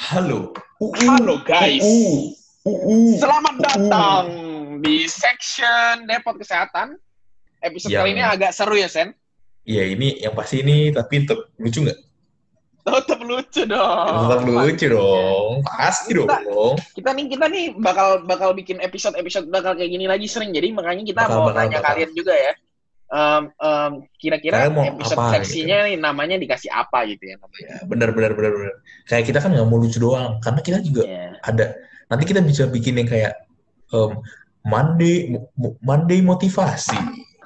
Halo. Halo guys, selamat datang Uh. di section Depot Kesehatan. Episode kali ini Yang agak seru ya, Sen? ya ini yang pasti ini tapi tetap lucu nggak? Tetap lucu Tetap dong, lucu pastinya. dong, pasti Ini dong. kita nih bakal bikin episode bakal kayak gini lagi sering. Jadi makanya kita Bakal mau bakal nanya bakal. kalian juga ya. Kira-kira Kalian mau episode apa gitu? seksinya nih namanya dikasih apa gitu ya namanya? Ya, benar. Kayak kita kan nggak mau lucu doang, karena kita juga Ya. ada. Nanti kita bisa bikin yang kayak um, Monday motivasi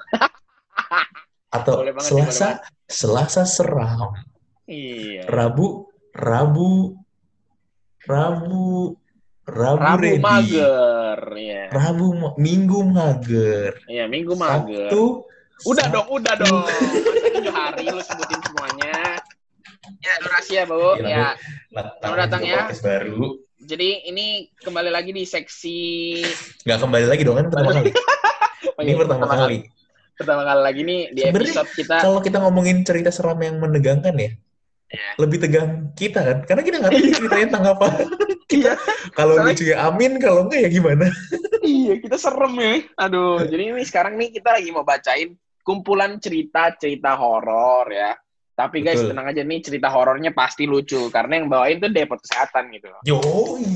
atau Boleh banget nih, boleh banget. Selasa seram, Iya. Rabu Rabu Rabu Rabu Rabu ready. mager, ya. Minggu mager. Iya, Minggu mager. Sabtu, Udah dong. Sabtu. Masa 7 hari lu sebutin semuanya. Ya, durasi ya, Bu. Gila, Ya, selamat namanya datang juga ya. podcast baru. Jadi ini kembali lagi di seksi... Nggak kembali lagi dong, kan pertama kali. Oh, Ini iya, pertama kali. Pertama kali lagi nih di Sebenarnya episode kita. kalau kita ngomongin cerita seram yang menegangkan ya, lebih tegang kita kan. Karena kita nggak tahu ini ceritanya tentang apa. Iya. Kalau Soalnya- lucu ya amin, kalau nggak ya gimana. Iya, kita serem ya. Aduh, jadi ini sekarang nih kita lagi mau bacain kumpulan cerita horor ya. Tapi guys, Betul. tenang aja nih, cerita horornya pasti lucu. Karena yang bawain tuh Depot Kesehatan gitu. Yoi.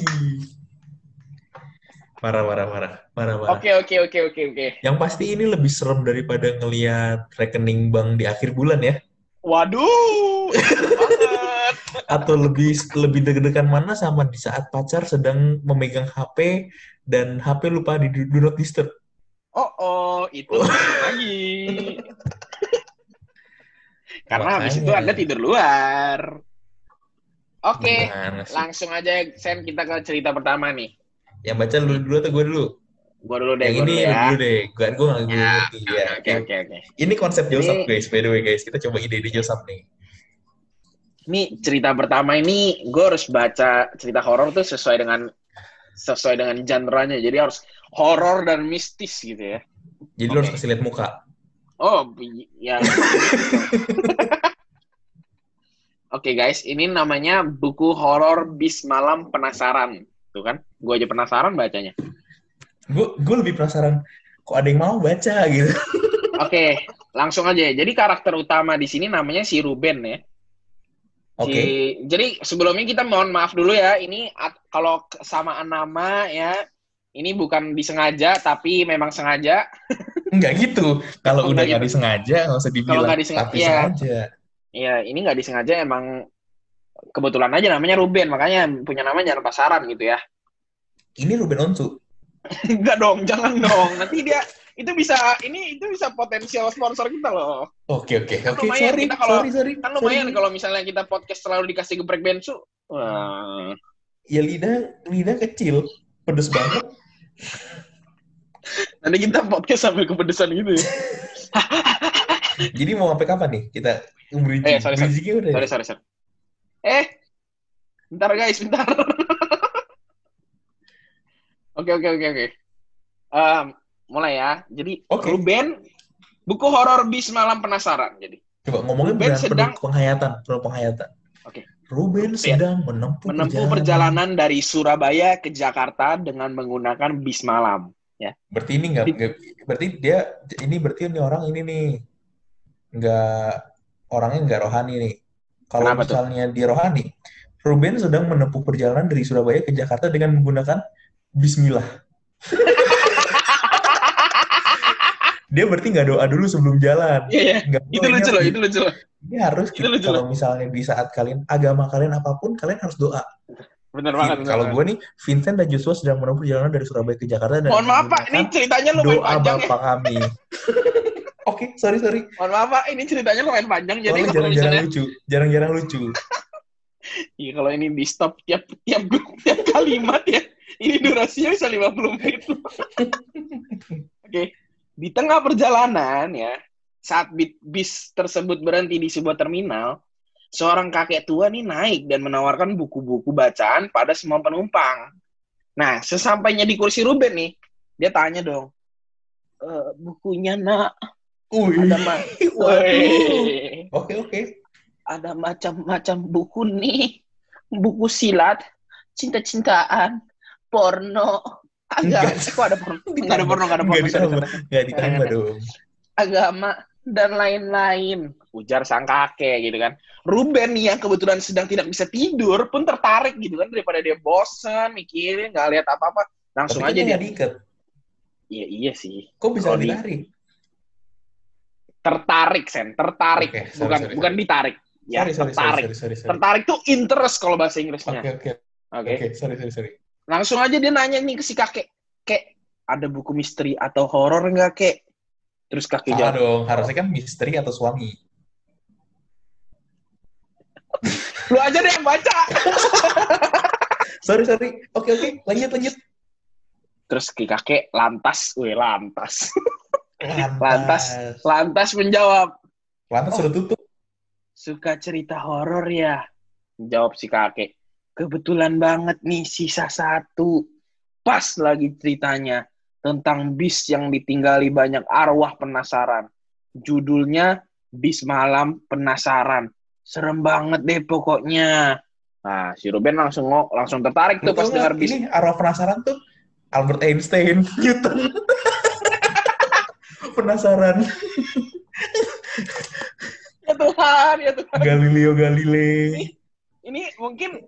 Marah. Oke. Yang pasti ini lebih serem daripada ngelihat rekening bank di akhir bulan ya. Waduh, serem banget. Atau lebih deg-degan mana sama di saat pacar sedang memegang HP dan HP lupa di do not disturb. Itu lebih lagi. Karena habis itu Anda tidur luar. Oke, langsung aja Sen, kita ke cerita pertama nih. Yang baca lu dulu atau gue dulu? Gue dulu deh. Yang ini lu dulu deh. Gue nggak ngerti ya. Oke. Ini konsep Joseph guys, by the way guys. Kita coba ide Joseph nih. Ini cerita pertama ini gue harus baca cerita horor tuh sesuai dengan genre-nya. Jadi harus horor dan mistis gitu ya. Jadi lu harus kasih lihat muka. Oh, ya. Oke guys, ini namanya buku horor Bis Malam Penasaran. Tuh kan, gue aja penasaran bacanya. Gue lebih penasaran, kok ada yang mau baca gitu. Oke, langsung aja. Jadi karakter utama di sini namanya si Ruben ya. Oke. Jadi sebelumnya kita mohon maaf dulu ya. Ini kalau kesamaan nama ya, ini bukan disengaja, tapi memang sengaja. Enggak gitu. Kalau udah nggak gitu. Disengaja, nggak usah dibilang. Tapi sengaja. Iya, ini nggak disengaja, emang kebetulan aja namanya Ruben, makanya punya nama jangan pasaran gitu ya. Ini Ruben Onsu. Enggak dong, jangan dong. Nanti dia itu bisa potensial sponsor kita loh. Oke. Sorry. Kan lumayan sorry. kalau misalnya kita podcast selalu dikasih geprek bensu. Wah. Ya lidah kecil, pedes banget. Nanti kita podcast sambil kepedesan gitu ya. Jadi mau sampai kapan nih kita bridging? Sorry. Bentar guys. Oke. Mulai ya. Jadi Ruben, buku horor Bis Malam Penasaran. Jadi coba ngomongin penuh penghayatan. Oke. Ruben sedang menempuh perjalanan dari Surabaya ke Jakarta dengan menggunakan bis malam. Ya. Berarti ini berarti orang ini nih orangnya nggak rohani nih. Kalau misalnya dia rohani, Ruben sedang menempuh perjalanan dari Surabaya ke Jakarta dengan menggunakan Bismillah. Dia berarti nggak doa dulu sebelum jalan. Iya. Itu lucu loh. Ini harus kalau misalnya di saat agama kalian apapun, kalian harus doa. Bener banget. Kalau gue nih, Vincent dan Joshua sedang menempuh perjalanan dari Surabaya ke Jakarta dan mohon maaf Pak, ini ceritanya lumayan panjang. Doa Bapak kami. Oke, sorry. Mohon maaf Pak, ini ceritanya lumayan panjang. Jadi jarang-jarang lucu. Iya, kalau ini di stop tiap kalimat ya. Ini durasinya bisa 50 menit. Oke. Di tengah perjalanan ya, saat bis tersebut berhenti di sebuah terminal, seorang kakek tua nih naik dan menawarkan buku-buku bacaan pada semua penumpang. Nah, sesampainya di kursi Ruben nih, dia tanya dong, bukunya nak? Oke. Ada macam-macam buku nih, buku silat, cinta-cintaan, porno, agama. Kok ada porno? Nggak ada porno. Nggak ditambah dong. Agama dan lain-lain. Ujar sang kakek gitu kan. Ruben nih yang kebetulan sedang tidak bisa tidur pun tertarik gitu kan, daripada dia bosan mikirin nggak lihat apa-apa, langsung Tapi aja dia diikat. Iya sih. Kok bisa ditarik? Tertarik, tertarik. Okay, bukan ditarik. Ya, tertarik. Sorry. Tertarik tuh interest kalau bahasa Inggrisnya. Oke, sorry. Langsung aja dia nanya nih ke si kakek. Kek, ada buku misteri atau horor nggak, Kek? Terus kakek jawab. Dong, harusnya kan misteri atau suami. Lu aja deh yang baca. sorry. Oke, lanjut. Terus kakek lantas menjawab. Lantas sudah tutup. Suka cerita horor ya? Jawab si kakek. Kebetulan banget nih sisa 1. Pas lagi ceritanya tentang bis yang ditinggali banyak arwah penasaran. Judulnya Bis Malam Penasaran. Serem banget deh pokoknya. Nah, si Ruben langsung tertarik tuh pas dengar bis. Ini arwah penasaran tuh Albert Einstein, Newton. Penasaran. Ya Tuhan. Galileo Galilei. Ini mungkin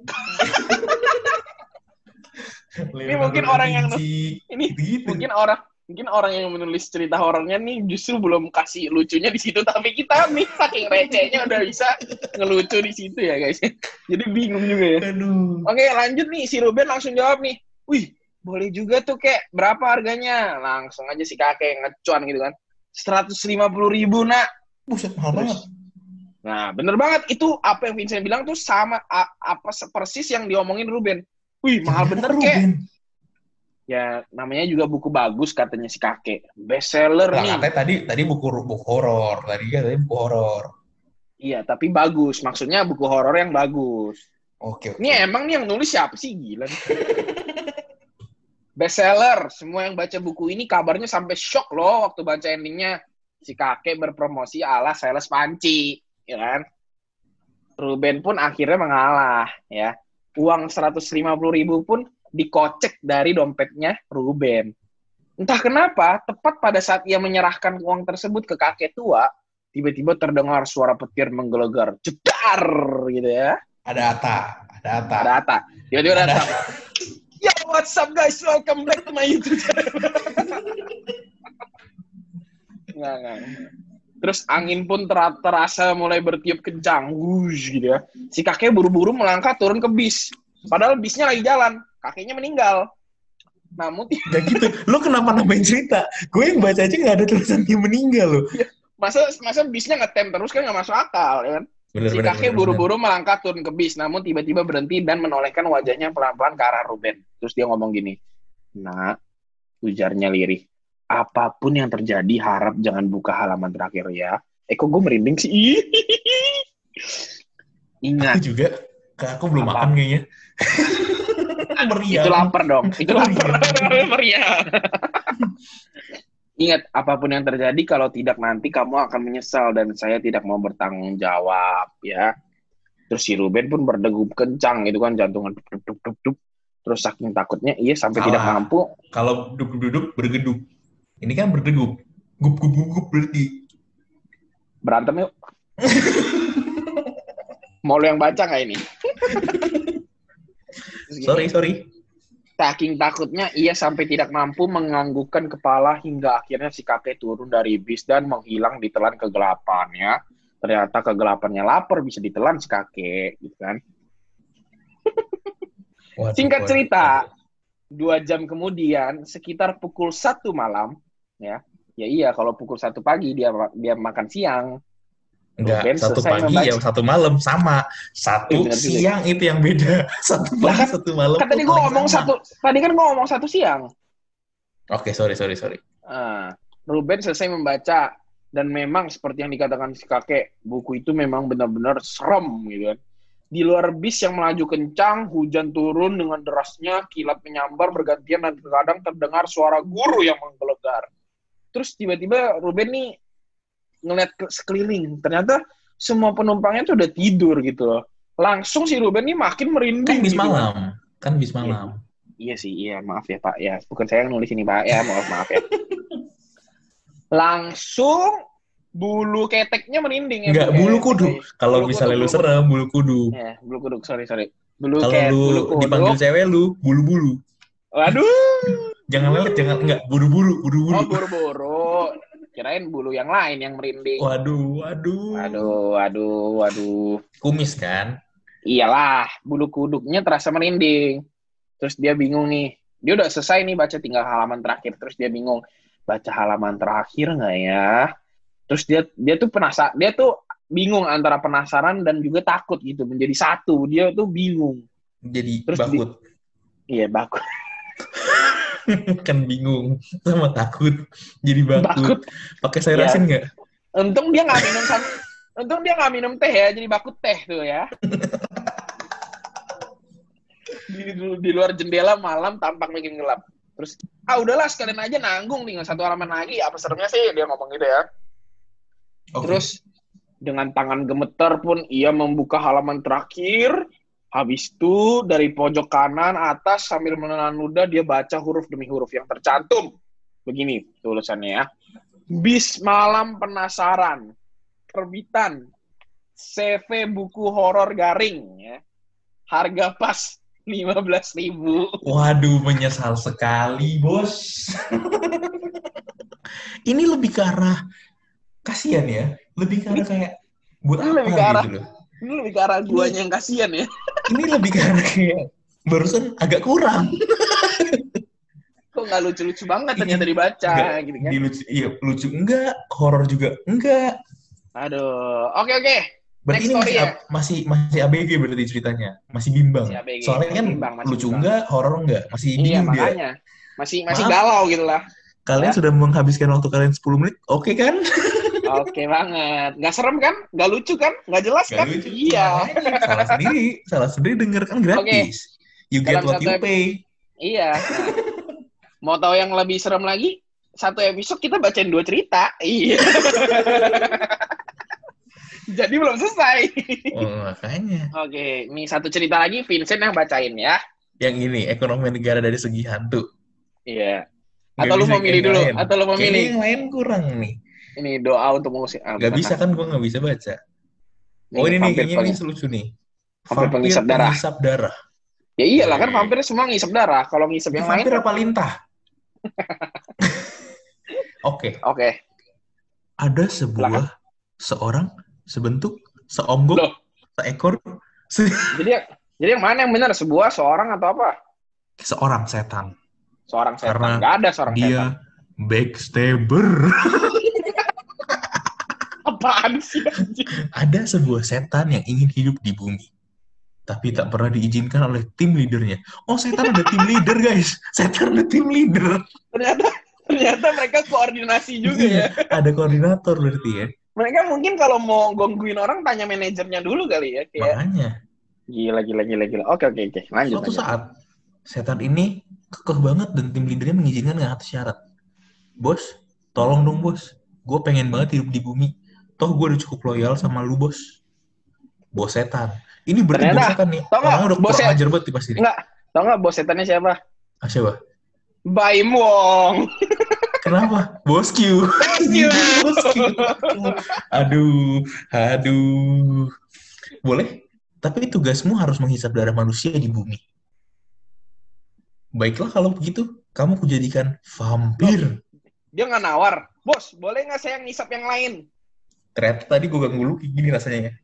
orang yang mungkin orang yang menulis cerita horornya nih justru belum kasih lucunya di situ, tapi kita nih saking recehnya udah bisa ngelucu di situ ya guys. Jadi bingung juga ya. Aduh. Oke, lanjut nih, si Ruben langsung jawab nih. Wih, boleh juga tuh Kek, berapa harganya? Langsung aja si kakek ngecuan gitu kan. 150.000 nak. Buset, mahal banget. Nah, bener banget. Itu apa yang Vincent bilang tuh sama persis yang diomongin Ruben. Wih, mahal bener Kek. Ya, namanya juga buku bagus katanya si kakek. Bestseller nih. Katanya tadi buku horor. Tadi buku horor. Iya, tapi bagus. Maksudnya buku horor yang bagus. Oke. Ini emang nih yang nulis siapa sih? Gila nih. Bestseller. Semua yang baca buku ini kabarnya sampai shock loh waktu baca endingnya. Si kakek berpromosi ala sales panci. Ya kan? Ruben pun akhirnya mengalah. Ya. Uang 150.000 pun dikocek dari dompetnya Ruben. Entah kenapa, tepat pada saat ia menyerahkan uang tersebut ke kakek tua, tiba-tiba terdengar suara petir menggelegar. Jedar! Gitu ya. Ada Ata. Tiba-tiba datang. Yo, what's up guys? Welcome back to my YouTube channel. Nggak. Terus angin pun terasa mulai bertiup kencang. Wush, gitu ya. Si kakek buru-buru melangkah turun ke bis. Padahal bisnya lagi jalan. Kakeknya meninggal. Namun gak gitu. Lo kenapa nambahin cerita? Gue yang baca aja gak ada tulisan dia meninggal loh. Masa bisnya ngetem terus kan gak masuk akal, ya kan? Si kakek buru-buru melangkah turun ke bis, namun tiba-tiba berhenti dan menolehkan wajahnya pelan-pelan ke arah Ruben. Terus dia ngomong gini, "Nak," ujarnya lirih, "apapun yang terjadi harap jangan buka halaman terakhir ya." Kok gue merinding sih? Ingat. Aku juga. Aku belum makan kayaknya. Meriah. Itu lapar dong. Itu lapar. Meriah. Ingat, apapun yang terjadi, kalau tidak nanti kamu akan menyesal dan saya tidak mau bertanggung jawab, ya. Terus si Ruben pun berdegup kencang, itu kan jantungan duk. Terus saking takutnya, ia sampai tidak mampu. Kalau duduk bergedup. Ini kan berdegup. Gup berarti. Berantem yuk. Mau lu yang baca nggak ini? Sorry. Saking takutnya, ia sampai tidak mampu menganggukkan kepala hingga akhirnya si kakek turun dari bis dan menghilang ditelan kegelapannya. Ternyata kegelapannya lapar bisa ditelan si kakek, gitu kan? Singkat cerita, 2 jam kemudian, sekitar pukul 1 malam, ya iya kalau pukul 1 pagi dia makan siang. Enggak, 1 pagi ya 1 malam sama. 1 siang itu yang beda. 1 pagi 1 malam. Kan tadi gue ngomong 1 siang. Oke, sorry. Ruben selesai membaca dan memang seperti yang dikatakan si kakek, buku itu memang benar-benar serem gitu kan. Di luar bis yang melaju kencang, hujan turun dengan derasnya, kilat menyambar bergantian dan terkadang terdengar suara guru yang menggelegar. Terus tiba-tiba Ruben nih ngeliat sekeliling, ternyata semua penumpangnya tuh udah tidur gitu loh. Langsung si Ruben nih makin merinding. Kan bis gitu. malam. Kan bis Iya sih. malam. Iya sih, iya maaf ya Pak ya. Bukan saya yang nulis ini Pak ya, maaf ya. Langsung bulu keteknya merinding ya Enggak, bulu kayak kudu. Kalau bulu kuduk, misalnya lu bulu kuduk. serem, bulu kudu. Ya, bulu kuduk, sorry. Kalau lu Bulu dipanggil kuduk. cewek lu, bulu-bulu. Waduh. Jangan lelet, jangan enggak, buru-buru, buru-buru. Oh, buru-buru. Kirain bulu yang lain yang merinding. Waduh, waduh. Waduh. Kumis kan? Iyalah, bulu kuduknya terasa merinding. Terus dia bingung nih. Dia udah selesai nih baca tinggal halaman terakhir. Terus dia bingung, baca halaman terakhir nggak ya? Terus dia tuh penasaran, dia tuh bingung antara penasaran dan juga takut gitu, menjadi satu. Dia tuh bingung. Jadi Terus bakut. iya bakut. Kan bingung sama takut. Jadi bakut. Bakut. Pakai sayur Ya, asin nggak? untung dia nggak minum teh ya, jadi bakut teh tuh ya. Di luar jendela malam tampak makin gelap. Terus udahlah sekalian aja nanggung tinggal satu halaman lagi. Apa seremnya sih dia ngomong gitu ya. Okay. Terus dengan tangan gemeter pun ia membuka halaman terakhir. Habis itu dari pojok kanan atas sambil menelan ludah dia baca huruf demi huruf yang tercantum. Begini tulisannya ya. Bis Malam Penasaran. Terbitan CV buku horor garing ya. Harga pas 15.000. Waduh, menyesal sekali, Bos. Ini lebih ke arah kasihan ya. Lebih ke arah kayak buat Ini apa lebih ke arah, gitu loh. ini lebih ke arah guanya yang kasihan ya. Ini lebih ke arah kayak barusan agak kurang. Kok nggak lucu-lucu banget ternyata dibaca enggak, gitu kan. Iya, lucu enggak, horor juga enggak. Aduh, oke. Berarti Next ini story ya. masih ABG berarti ceritanya. Masih bimbang. Masih ABG, Soalnya masih kan bimbang, masih lucu bimbang. enggak, horor enggak, masih Iya, bingung dia. makanya. Masih Maaf, galau gitu lah. kalian Ya. sudah menghabiskan waktu kalian 10 menit, oke kan? Oke banget. Nggak serem kan? Nggak lucu kan? Nggak jelas Gak kan? lucu. Iya. Salah sendiri denger kan gratis. You get Dalam what you pay. Iya. Nah, mau tahu yang lebih serem lagi? Satu episode kita bacain 2 cerita. Iya. Jadi belum selesai. Oh, makanya. Oke, ini satu cerita lagi Vincent yang bacain ya. Yang ini, ekonomi negara dari segi hantu. Iya. Nggak Atau lu bisa mau milih yang dulu? lain. Atau lu mau Kayaknya milih? yang lain kurang nih. Ini doa untuk mengusir. Nggak bisa kan, gue nggak bisa baca. Oh Nih, ini nih, kayaknya ini lucu nih. Vampir penghisap darah. Penghisap darah. Ya iyalah kan vampir semua ngisap darah. Kalau ngisap yang lain vampir apa lintah? Oke. Ada seorang sebentuk, seonggok, seekor. Jadi yang mana yang benar? Seorang atau apa? Seorang setan. Karena nggak ada seorang dia setan. Dia backstabber. Apaan sih? Ada sebuah setan yang ingin hidup di bumi. Tapi tak pernah diizinkan oleh tim leadernya. Oh, setan ada tim leader, guys. Setan ada tim leader. Ternyata mereka koordinasi juga ya. Ada koordinator berarti ya. Mereka mungkin kalau mau gangguin orang tanya manajernya dulu kali ya. Kayak... Makanya. Gila. Oke. Lanjut. Suatu saat, setan ini kekeh banget dan tim leadernya mengizinkan dengan atas syarat. Bos, tolong dong bos. Gue pengen banget hidup di bumi. Toh gue udah cukup loyal sama lu bos. Bos setan. Ini berarti bos setan nih. Orangnya udah kurang ajar banget pasti nih. Enggak. Tau nggak bos setannya siapa? Siapa? Baim Wong. Kenapa? Bos Q. Aduh. Boleh? Tapi tugasmu harus menghisap darah manusia di bumi. Baiklah kalau begitu, kamu kujadikan vampir. Dia nggak nawar. Bos, boleh nggak saya ngisap yang lain? Ternyata tadi gue gak ngulu kayak gini rasanya ya.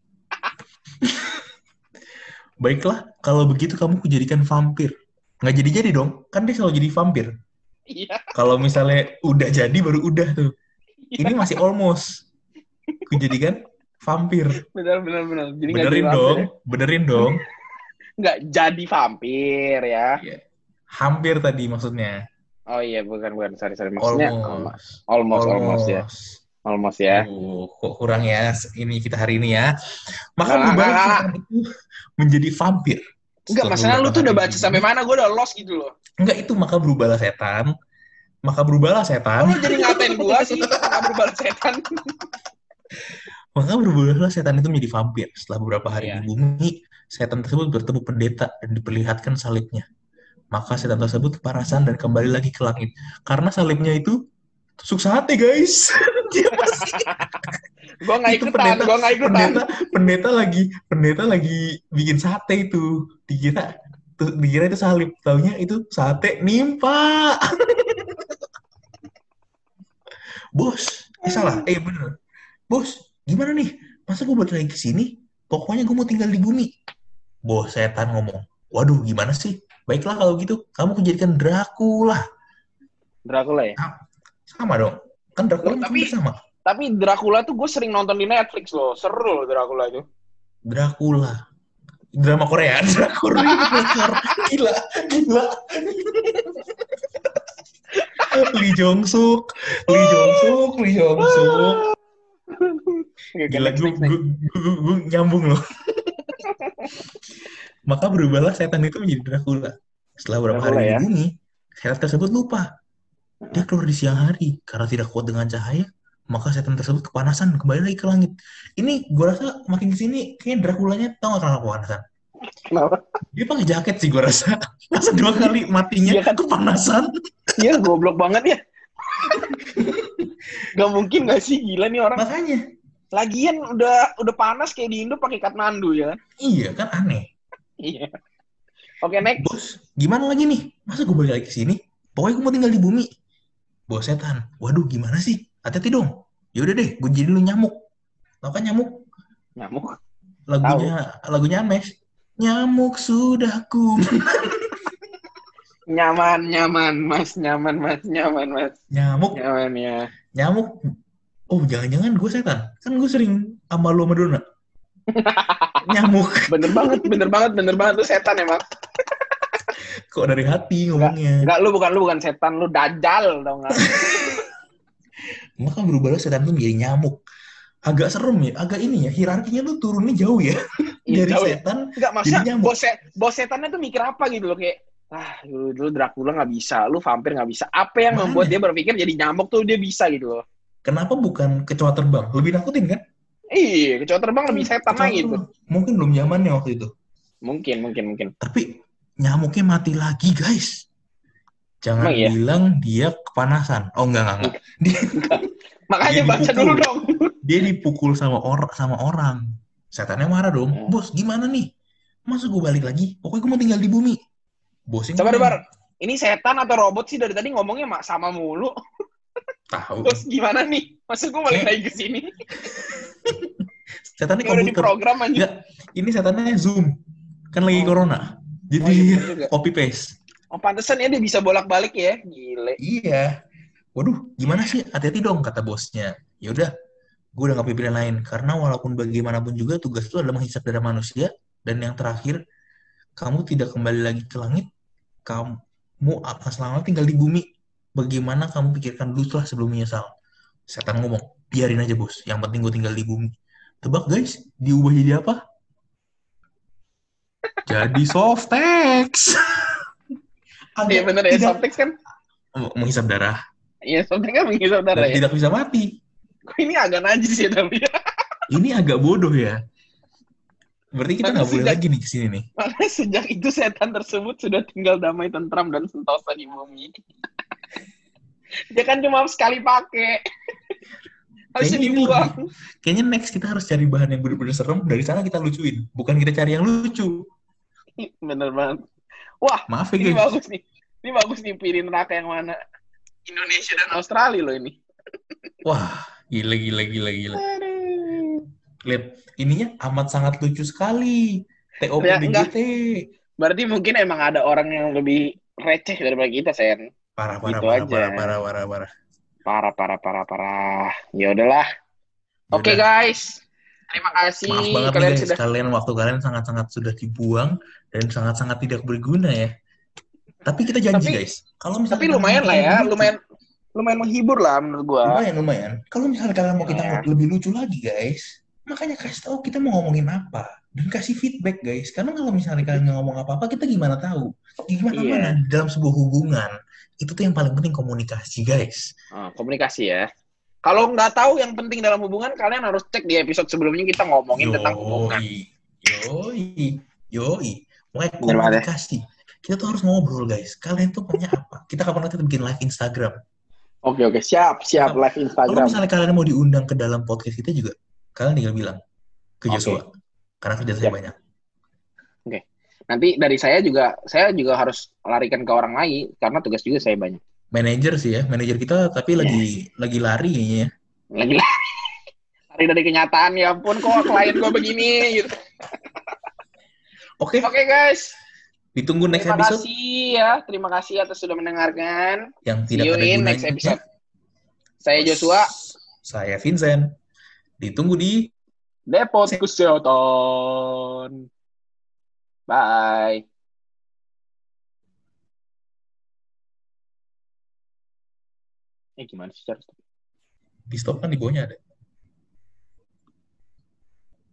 Baiklah, kalau begitu kamu kujadikan vampir. Nggak jadi-jadi dong, kan dia selalu jadi vampir. Iya. Kalau misalnya udah jadi, baru udah tuh. Iya. Ini masih almost. Kujadikan vampir. Bener. Jadi benerin dong. Nggak jadi vampir ya. Iya. Hampir tadi maksudnya. Oh iya, bukan. Sorry. Maksudnya almost ya. Almost ya. Kok kurang ya ini kita hari ini ya. Maka berubah setan itu menjadi vampir. Enggak, masalah lu tuh udah baca sampai mana, gue udah lost gitu loh. Enggak, itu maka berubahlah setan. Lu jadi ngatain gue sih, maka berubahlah setan. Maka berubahlah setan itu menjadi vampir. Setelah beberapa hari di Iya. bumi, setan tersebut bertemu pendeta dan diperlihatkan salibnya. Maka setan tersebut kepanasan dan kembali lagi ke langit. Karena salibnya itu tusuk sate, guys. Dia masih Gue nggak itu ikutan, pendeta gue nggak ikutan. pendeta pendeta lagi bikin sate itu. Dikira itu salib, taunya itu sate nimpa. Bos, salah. Bener. Bos, gimana nih? Masa gue balik lagi ke sini? Pokoknya gue mau tinggal di bumi. Bos setan ngomong, waduh gimana sih? Baiklah kalau gitu, kamu kujadikan Dracula. Dracula ya. Ah, sama dong. Kan Dracula Loh, macam bersama. tapi Dracula tuh gue sering nonton di Netflix loh. Seru loh Dracula itu. Dracula. Drama Korea. Dracula. Gila. Gila. Lee Jong Suk. Lee Jong Suk. Lee Jong Suk. Oke, Gila, next, gue next, next. nyambung loh. Maka berubahlah setan itu menjadi Dracula. Setelah beberapa hari Dracula di ya. bumi, setan tersebut lupa. Dia keluar di siang hari karena tidak kuat dengan cahaya. Maka setan tersebut kepanasan kembali lagi ke langit. Ini gue rasa makin kesini kayak Draculanya tau gak kenapa kepanasan? Kenapa? Dia pakai jaket sih gue rasa. Masa 2 kali matinya Iya kan? kepanasan. Iya goblok banget ya. Gak mungkin gak sih, gila nih orang. Makanya Lagian udah panas kayak di Indo pakai Kathmandu ya. iya kan aneh. Iya. Oke, next. Bos, gimana lagi nih? Masa gue balik lagi ke sini? Pokoknya gue mau tinggal di bumi. Bos setan. Waduh, gimana sih? Hati-hati dong. Yaudah deh, gue jadi lu nyamuk. Tau kan nyamuk? Nyamuk. Tahu. Lagunya Ames. Nyamuk sudah ku. Nyaman, nyaman, Mas. Nyaman, Mas. Nyaman, Mas. Nyamuk, Nyaman ya. nyamuk. Oh, jangan-jangan gue setan. Kan gue sering sama lu sama Dona. Nyamuk. Bener banget, bener banget, bener banget. Lu setan emang. Kok dari hati Enggak, ngomongnya. enggak lu bukan setan, lu dajal dong. Maka berubahlah setan itu menjadi nyamuk. Agak serem ya, agak ini ya, hierarkinya tuh turunnya jauh ya. Iya, Dari jauh ya. setan Enggak, masa jadi nyamuk. bos setannya tuh mikir apa gitu loh, kayak dulu Dracula nggak bisa, lu vampir nggak bisa. Apa yang membuat dia Makanya, berpikir jadi nyamuk tuh dia bisa gitu loh. kenapa bukan kecoa terbang? Lebih nakutin kan? Iya, kecoa terbang Kan lebih setan kecoa lagi gitu. terbang. Mungkin belum zamannya waktu itu. Mungkin. Tapi nyamuknya mati lagi, guys. Emang Jangan iya? bilang dia kepanasan. Oh, enggak. Dia, Makanya dia baca dipukul. dulu dong. Dia dipukul sama orang. Setannya marah dong. Bos, gimana nih? Masa gue balik lagi? Pokoknya gue mau tinggal di bumi. Bosnya Coba ngomong. ini setan atau robot sih dari tadi ngomongnya sama mulu. Tahu. Bos gimana nih? Masa gue balik lagi ke sini? Setannya Kayak udah komputer. diprogram aja. Enggak, ini setannya Zoom. Kan lagi corona. Jadi iya, copy paste. Oh, pantesan ya dia bisa bolak-balik ya. Gile. Iya. Waduh, gimana sih? Hati-hati dong, kata bosnya. Ya udah, gue udah gak punya pilihan lain. Karena walaupun bagaimanapun juga tugas itu adalah menghisap darah manusia. Dan yang terakhir, kamu tidak kembali lagi ke langit. Kamu akan selama tinggal di bumi. Bagaimana kamu pikirkan dulu setelah sebelum menyesal. Setan ngomong, biarin aja bos. Yang penting gue tinggal di bumi. Tebak guys, diubah jadi apa? Jadi Softex. Iya bener ya, Tidak Softex kan. menghisap darah. Iya, Softex kan menghisap darah Dan ya. tidak bisa mati. Kok ini agak najis ya tapi ya. Ini agak bodoh ya. Berarti kita nggak boleh lagi nih kesini nih. Makanya sejak itu setan tersebut sudah tinggal damai, tentram, dan sentosa di bumi. Dia kan cuma sekali pakai. Harusnya dibuang. Kayaknya next kita harus cari bahan yang bener-bener serem. Dari sana kita lucuin. Bukan kita cari yang lucu. Bener banget. Wah, maaf ya ini guys. bagus nih. Ini bagus nih, pilih neraka yang mana. Indonesia dan Australia loh ini. Wah, gila. Lihat, ininya amat sangat lucu sekali. TOPBGT. Berarti mungkin emang ada orang yang lebih receh daripada kita, Sen. Parah. Ya udahlah. Oke, guys. Terima kasih. Maaf banget nih guys, kalian waktu kalian sangat-sangat sudah dibuang dan sangat-sangat tidak berguna ya. Tapi kita janji guys, kalau misalnya tapi lumayan lah ya, lumayan menghibur lah menurut gua. Lumayan. Kalau misalnya kalian mau kita lebih lucu lagi guys, makanya kasih tahu kita mau ngomongin apa dan kasih feedback guys. Karena kalau misalnya kalian nggak ngomong apa-apa, kita gimana tahu? Gimana dalam sebuah hubungan itu tuh yang paling penting komunikasi guys. Komunikasi ya. Kalau nggak tahu yang penting dalam hubungan, kalian harus cek di episode sebelumnya kita ngomongin tentang hubungan. Yoi, yoi, yoi. Mulai Bener banget ya. komunikasi. Kita tuh harus ngobrol, guys. Kalian tuh punya apa? Kita kapan nanti bikin live Instagram? Oke, oke. Siap, Kita siap. Live Kalau Instagram. misalnya kalian mau diundang ke dalam podcast kita juga, kalian tinggal bilang ke Joshua. Oke, Karena kerjaan saya siap. banyak. Oke. Nanti dari saya juga harus larikan ke orang lain karena tugas juga saya banyak. Manajer sih ya, manajer kita tapi Yes. lagi lari kayaknya ya. Lagi lari dari kenyataan, ya ampun kok klien gue begini gitu. Oke, Oke, guys. ditunggu next Terima episode kasih ya. Terima kasih atas sudah mendengarkan. yang See tidak you ada in next gunanya. episode. Saya Joshua. Saya Vincent. Ditunggu di Depot Kesehatan. Bye. Gimana sih cara di stop kan di bawahnya ada.